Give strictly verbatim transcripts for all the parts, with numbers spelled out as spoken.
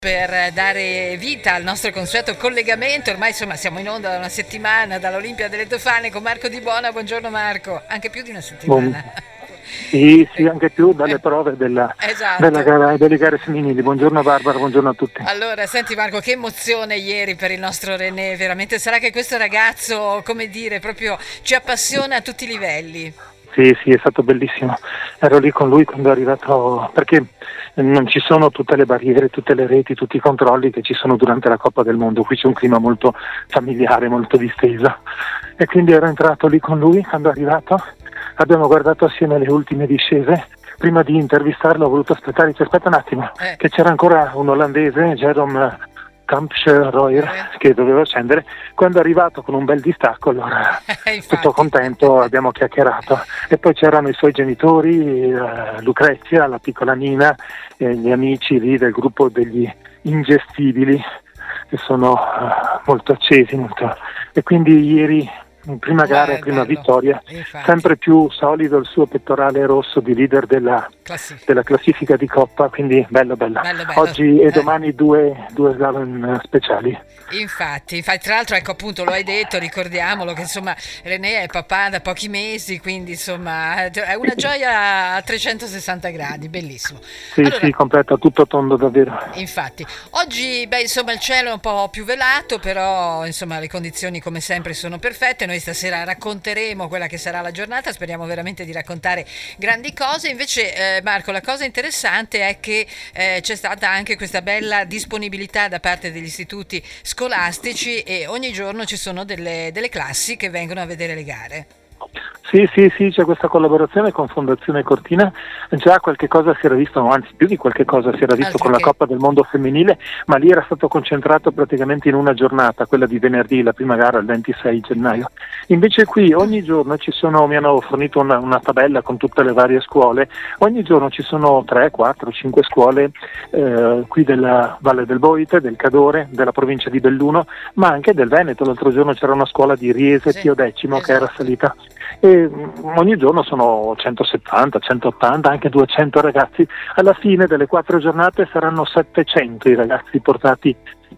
Per dare vita al nostro consueto collegamento, ormai insomma siamo in onda da una settimana dall'Olimpia delle Tofane con Marco Di Buona. Buongiorno Marco, anche più di una settimana. Buon... Sì, sì, anche più dalle prove della, esatto. della gara, delle gare femminili. Buongiorno Barbara, buongiorno a tutti. Allora, senti Marco, che emozione ieri per il nostro René, veramente sarà che questo ragazzo, come dire, proprio ci appassiona a tutti i livelli. Sì, sì, è stato bellissimo. Ero lì con lui quando è arrivato, perché non ci sono tutte le barriere, tutte le reti, tutti i controlli che ci sono durante la Coppa del Mondo. Qui c'è un clima molto familiare, molto disteso. E quindi ero entrato lì con lui quando è arrivato. Abbiamo guardato assieme le ultime discese. Prima di intervistarlo ho voluto aspettare, dice aspetta un attimo, eh. che c'era ancora un olandese, Jerome Kampschroer, che doveva scendere. Quando è arrivato con un bel distacco, allora tutto contento, abbiamo chiacchierato. E poi c'erano i suoi genitori, eh, Lucrezia, la piccola Nina, e gli amici lì del gruppo degli ingestibili, che sono eh, molto accesi. Molto... E quindi ieri, in prima gara, prima bello. vittoria, Infatti. sempre più solido il suo pettorale rosso di leader della, Classifica. della classifica di Coppa, quindi bello bello, bello, bello. Oggi e eh. domani due, due slalom speciali. Infatti, infatti, tra l'altro ecco appunto lo hai detto, ricordiamolo che insomma René è papà da pochi mesi, quindi insomma è una gioia a trecentosessanta gradi, bellissimo. Sì, allora, sì, completa, tutto tondo davvero. Infatti, oggi beh insomma il cielo è un po' più velato, però insomma le condizioni come sempre sono perfette. Noi stasera racconteremo quella che sarà la giornata, speriamo veramente di raccontare grandi cose. Invece eh, Marco, la cosa interessante è che eh, c'è stata anche questa bella disponibilità da parte degli istituti scolastici e ogni giorno ci sono delle, delle classi che vengono a vedere le gare. Sì, sì, sì, c'è questa collaborazione con Fondazione Cortina, già qualche cosa si era visto, anzi più di qualche cosa si era visto Altro con che... la Coppa del Mondo femminile, ma lì era stato concentrato praticamente in una giornata, quella di venerdì, la prima gara il ventisei gennaio. Invece qui ogni giorno ci sono, mi hanno fornito una, una tabella con tutte le varie scuole, ogni giorno ci sono tre, quattro, cinque scuole eh, qui della Valle del Boite, del Cadore, della provincia di Belluno, ma anche del Veneto. L'altro giorno c'era una scuola di Riese, sì, Pio Decimo, esatto. che era salita. E ogni giorno sono centosettanta, centottanta, anche duecento ragazzi. Alla fine delle quattro giornate saranno settecento i ragazzi portati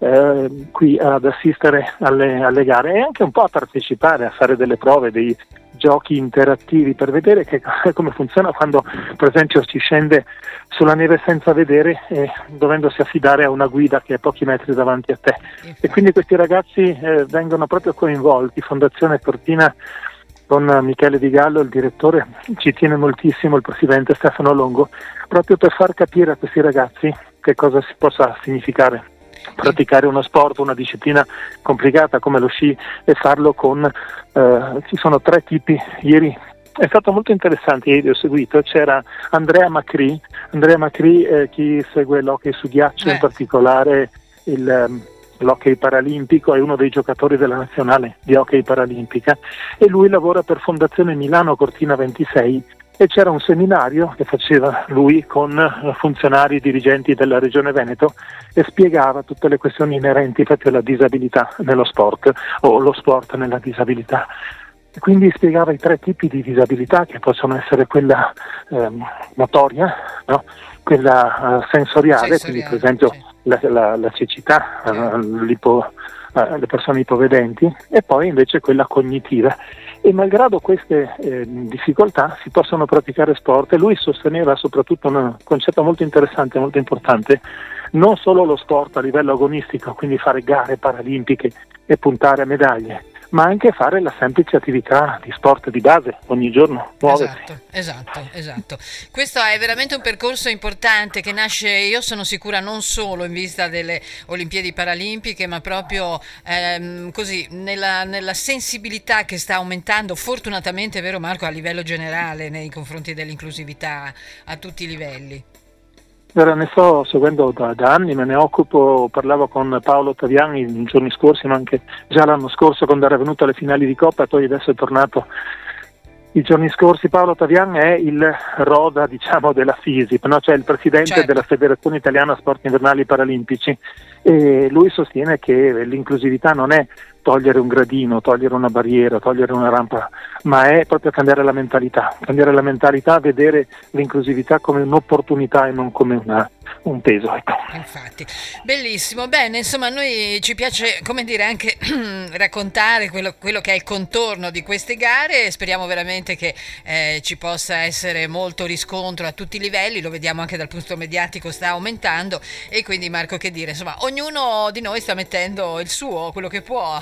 eh, qui ad assistere alle, alle gare e anche un po' a partecipare, a fare delle prove, dei giochi interattivi per vedere che, come funziona quando per esempio si scende sulla neve senza vedere e dovendosi affidare a una guida che è a pochi metri davanti a te. E quindi questi ragazzi eh, vengono proprio coinvolti. Fondazione Cortina con Michele Di Gallo, il direttore, ci tiene moltissimo, il presidente Stefano Longo, proprio per far capire a questi ragazzi che cosa si possa significare praticare uno sport, una disciplina complicata come lo sci, e farlo con eh, ci sono tre tipi. Ieri è stato molto interessante, ieri ho seguito, c'era Andrea Macri, Andrea Macri eh, chi segue l'hockey su ghiaccio, eh. in particolare il um, l'hockey paralimpico, è uno dei giocatori della nazionale di hockey paralimpica e lui lavora per Fondazione Milano Cortina ventisei e c'era un seminario che faceva lui con funzionari dirigenti della Regione Veneto e spiegava tutte le questioni inerenti proprio alla disabilità nello sport o lo sport nella disabilità. E quindi spiegava i tre tipi di disabilità che possono essere quella eh, motoria, no? quella uh, sensoriale, sensoriale, quindi per esempio sì. la, la, la cecità, sì. uh, l'ipo, uh, le persone ipovedenti, e poi invece quella cognitiva. E malgrado queste eh, difficoltà si possono praticare sport, e lui sosteneva soprattutto un concetto molto interessante, molto importante, non solo lo sport a livello agonistico, quindi fare gare paralimpiche e puntare a medaglie, ma anche fare la semplice attività di sport di base ogni giorno, muoversi. Esatto, esatto, esatto. Questo è veramente un percorso importante che nasce, io sono sicura, non solo in vista delle Olimpiadi Paralimpiche, ma proprio ehm, così nella, nella sensibilità che sta aumentando fortunatamente, vero Marco, a livello generale nei confronti dell'inclusività a tutti i livelli. Ora ne sto seguendo da, da anni, me ne occupo, parlavo con Paolo Taviani nei giorni scorsi, ma anche già l'anno scorso quando era venuto alle finali di Coppa, e poi adesso è tornato i giorni scorsi. Paolo Taviani è il Roda, diciamo, della FISIP, no? Cioè il presidente certo. della Federazione Italiana Sport Invernali Paralimpici, E lui sostiene che l'inclusività non è togliere un gradino, togliere una barriera, togliere una rampa, ma è proprio cambiare la mentalità, cambiare la mentalità, vedere l'inclusività come un'opportunità e non come una, un peso. Ecco. Infatti, bellissimo. Bene, insomma, a noi ci piace, come dire, anche raccontare quello, quello che è il contorno di queste gare. Speriamo veramente che eh, ci possa essere molto riscontro a tutti i livelli, lo vediamo anche dal punto mediatico, sta aumentando, e quindi Marco, che dire, insomma, ognuno di noi sta mettendo il suo, quello che può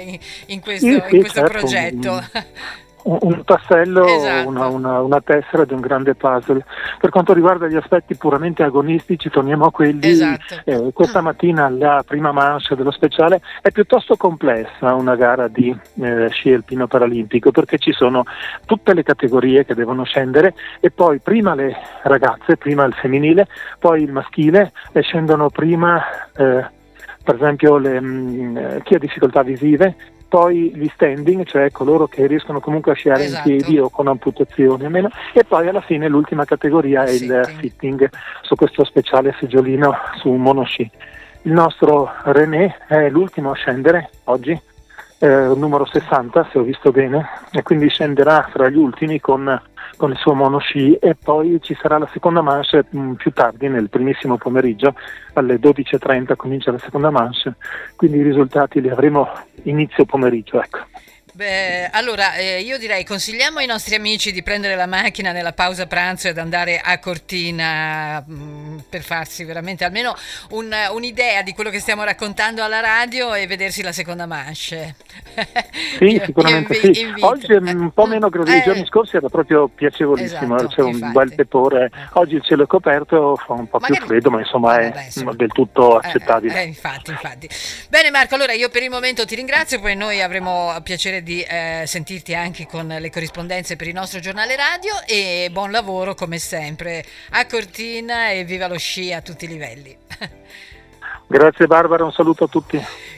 in questo, sì, sì, in questo certo. progetto. Un, un tassello, esatto. una, una, una tessera di un grande puzzle. Per quanto riguarda gli aspetti puramente agonistici, torniamo a quelli. Esatto. Eh, questa mattina la prima manche dello speciale è piuttosto complessa, una gara di eh, sci alpino paralimpico, perché ci sono tutte le categorie che devono scendere e poi prima le ragazze, prima il femminile, poi il maschile, e scendono prima eh, per esempio le, mh, chi ha difficoltà visive, poi gli standing, cioè coloro che riescono comunque a sciare esatto. in piedi o con amputazioni o meno, e poi alla fine l'ultima categoria è il sitting. sitting su questo speciale seggiolino su un monosci. Il nostro René è l'ultimo a scendere oggi, eh, numero sessanta se ho visto bene, e quindi scenderà fra gli ultimi con con il suo monosci, e poi ci sarà la seconda manche mh, più tardi, nel primissimo pomeriggio, alle dodici e trenta comincia la seconda manche, quindi i risultati li avremo inizio pomeriggio, ecco. Beh, allora eh, io direi, consigliamo ai nostri amici di prendere la macchina nella pausa pranzo ed andare a Cortina mh, per farsi veramente almeno un, un'idea di quello che stiamo raccontando alla radio e vedersi la seconda manche. Sì, io, sicuramente io invi- sì. invito. Oggi è un po' meno grave, eh, i giorni scorsi era proprio piacevolissimo, esatto, c'è un infatti. bel tepore. Oggi il cielo è coperto, fa un po' Magari... più freddo, ma insomma è Vabbè, insomma. del tutto accettabile. Eh, eh, infatti, infatti. Bene Marco, allora io per il momento ti ringrazio, poi noi avremo piacere di eh, sentirti anche con le corrispondenze per il nostro giornale radio, e buon lavoro come sempre a Cortina, e viva lo sci a tutti i livelli. Grazie Barbara, un saluto a tutti.